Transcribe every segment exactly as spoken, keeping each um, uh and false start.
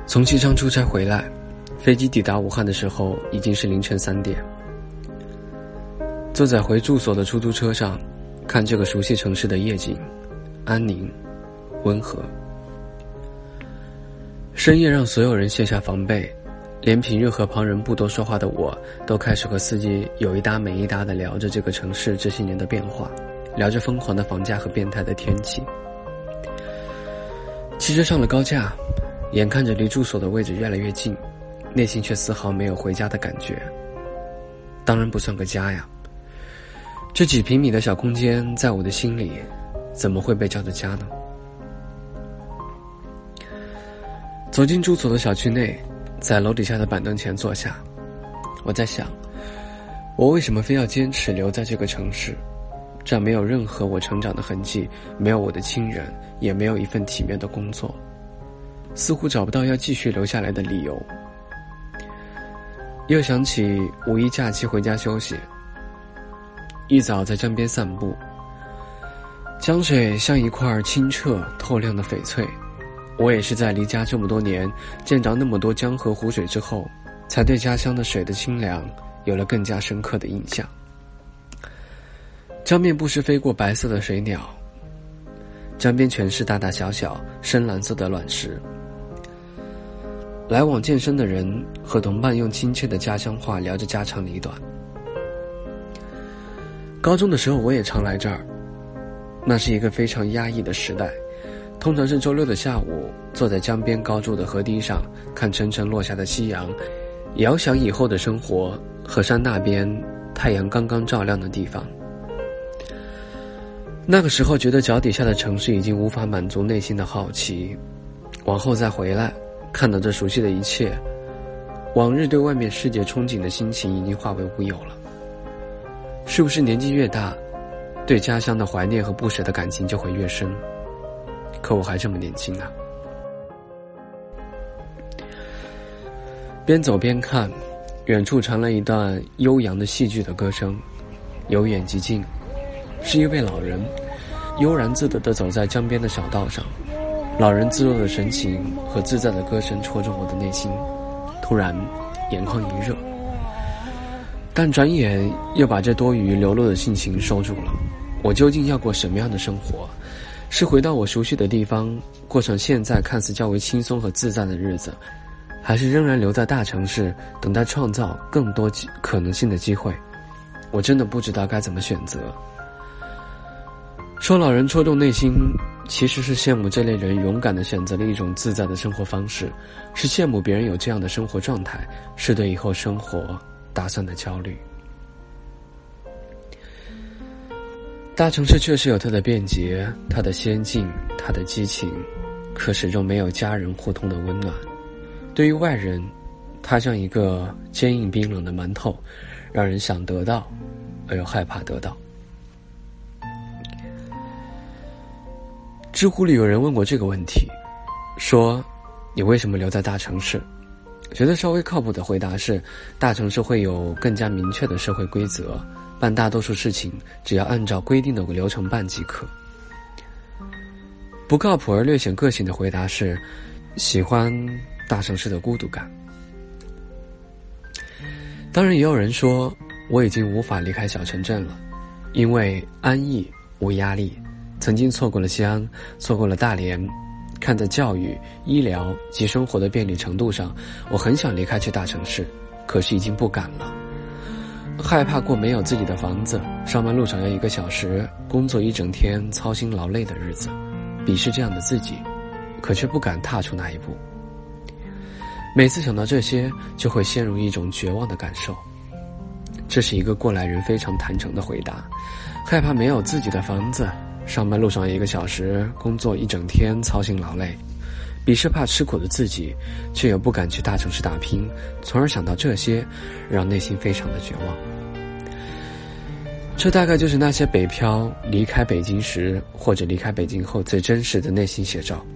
从西昌出差回来，飞机抵达武汉的时候已经是凌晨三点。坐在回住所的出租车上，看这个熟悉城市的夜景，安宁温和。深夜让所有人卸下防备，连平日和旁人不多说话的我都开始和司机有一搭没一搭地聊着这个城市这些年的变化，聊着疯狂的房价和变态的天气。汽车上了高架，眼看着离住所的位置越来越近，内心却丝毫没有回家的感觉。当然不算个家呀，这几平米的小空间在我的心里怎么会被叫做家呢？走进住所的小区内，在楼底下的板凳前坐下，我在想，我为什么非要坚持留在这个城市？这儿没有任何我成长的痕迹，没有我的亲人，也没有一份体面的工作，似乎找不到要继续留下来的理由。又想起五一假期回家休息，一早在江边散步，江水像一块清澈透亮的翡翠。我也是在离家这么多年，见着那么多江河湖水之后，才对家乡的水的清凉有了更加深刻的印象。江面不时飞过白色的水鸟，江边全是大大小小深蓝色的卵石。来往健身的人和同伴用亲切的家乡话聊着家长里短。高中的时候我也常来这儿，那是一个非常压抑的时代，通常是周六的下午，坐在江边高筑的河堤上，看沉沉落下的夕阳，遥想以后的生活，河山那边太阳刚刚照亮的地方。那个时候觉得脚底下的城市已经无法满足内心的好奇，往后再回来，看到这熟悉的一切，往日对外面世界憧憬的心情已经化为乌有了。是不是年纪越大，对家乡的怀念和不舍的感情就会越深？可我还这么年轻啊。边走边看，远处传来一段悠扬的戏剧的歌声，由远及近，是一位老人悠然自得地走在江边的小道上，老人自若的神情和自在的歌声戳中我的内心，突然眼眶一热，但转眼又把这多余流露的性情收住了。我究竟要过什么样的生活？是回到我熟悉的地方，过上现在看似较为轻松和自在的日子，还是仍然留在大城市，等待创造更多可能性的机会？我真的不知道该怎么选择。说老人戳中内心，其实是羡慕这类人勇敢地选择了一种自在的生活方式，是羡慕别人有这样的生活状态，是对以后生活打算的焦虑。大城市确实有它的便捷，它的先进，它的激情，可始终没有家人互通的温暖。对于外人，它像一个坚硬冰冷的馒头，让人想得到而又害怕得到。知乎里有人问过这个问题，说你为什么留在大城市？觉得稍微靠谱的回答是，大城市会有更加明确的社会规则，办大多数事情只要按照规定的流程办即可。不靠谱而略显个性的回答是，喜欢大城市的孤独感。当然也有人说，我已经无法离开小城镇了，因为安逸无压力，曾经错过了西安，错过了大连，看在教育、医疗及生活的便利程度上，我很想离开去大城市，可是已经不敢了。害怕过没有自己的房子，上班路上要一个小时，工作一整天操心劳累的日子，鄙视这样的自己，可却不敢踏出那一步。每次想到这些，就会陷入一种绝望的感受。这是一个过来人非常坦诚的回答，害怕没有自己的房子，上班路上一个小时，工作一整天操心劳累，鄙视怕吃苦的自己，却又不敢去大城市打拼，从而想到这些，让内心非常的绝望。这大概就是那些北漂离开北京时，或者离开北京后最真实的内心写照。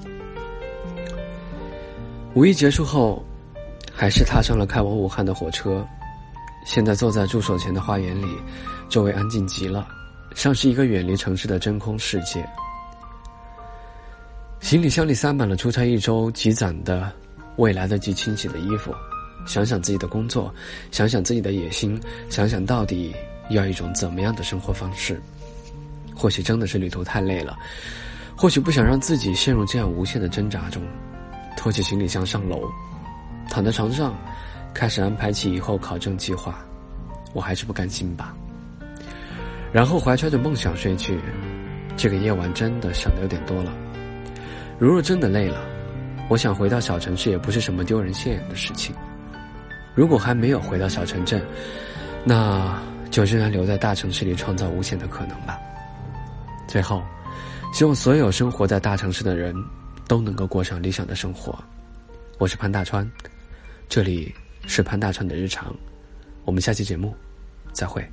五一结束后，还是踏上了开往武汉的火车。现在坐在住所前的花园里，周围安静极了，像是一个远离城市的真空世界。行李箱里塞满了出差一周积攒的未来得及清洗的衣服，想想自己的工作，想想自己的野心，想想到底要一种怎么样的生活方式。或许真的是旅途太累了，或许不想让自己陷入这样无限的挣扎中，拖起行李箱上楼，躺在床上开始安排起以后考证计划。我还是不甘心吧，然后怀揣着梦想睡去。这个夜晚真的想得有点多了，如若真的累了，我想回到小城市也不是什么丢人现眼的事情。如果还没有回到小城镇，那就仍然留在大城市里创造无限的可能吧。最后，希望所有生活在大城市的人都能够过上理想的生活。我是潘大川，这里是潘大川的日常，我们下期节目再会。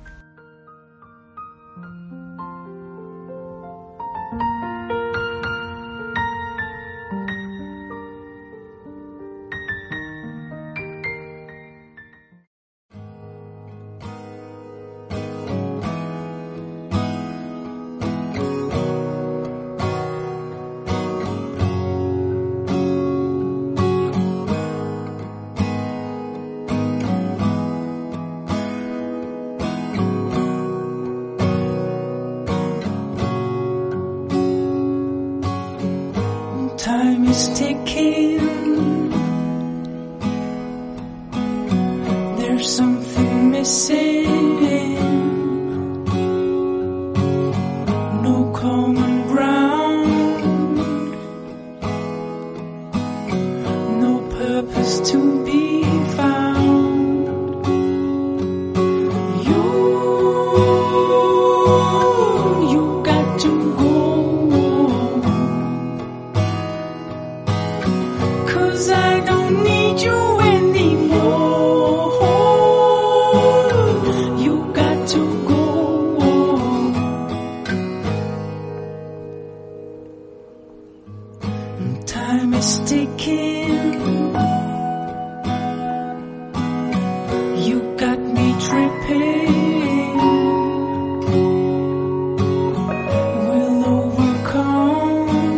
Time is ticking. There's something missing. No common ground. No purpose to be found. You, you got to go. I don't need you anymore. You got to go. Time is ticking. You got me tripping. We'll overcome.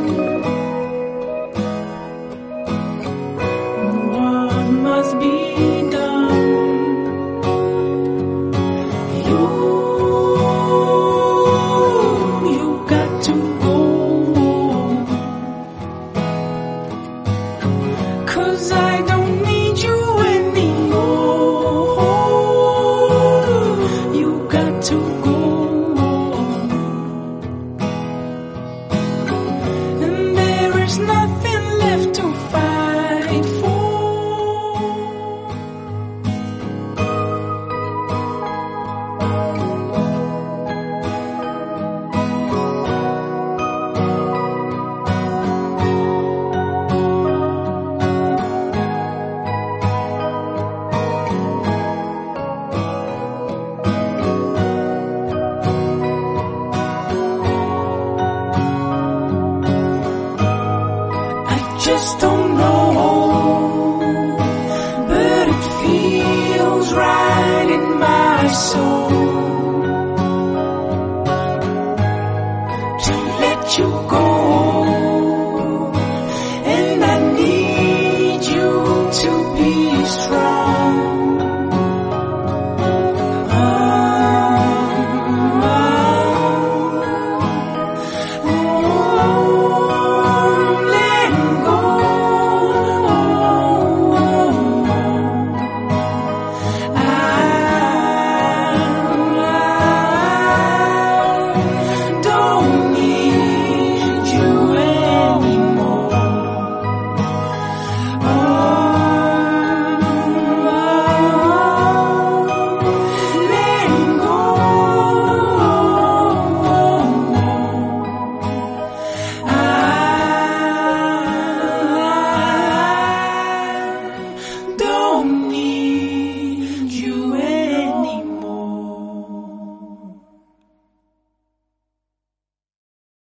Must be done. You, you got to go. 'Cause I don't need you anymore. You got to go. And there is nothing left to fight for. Just don't know, but it feels right in my soul to let you go.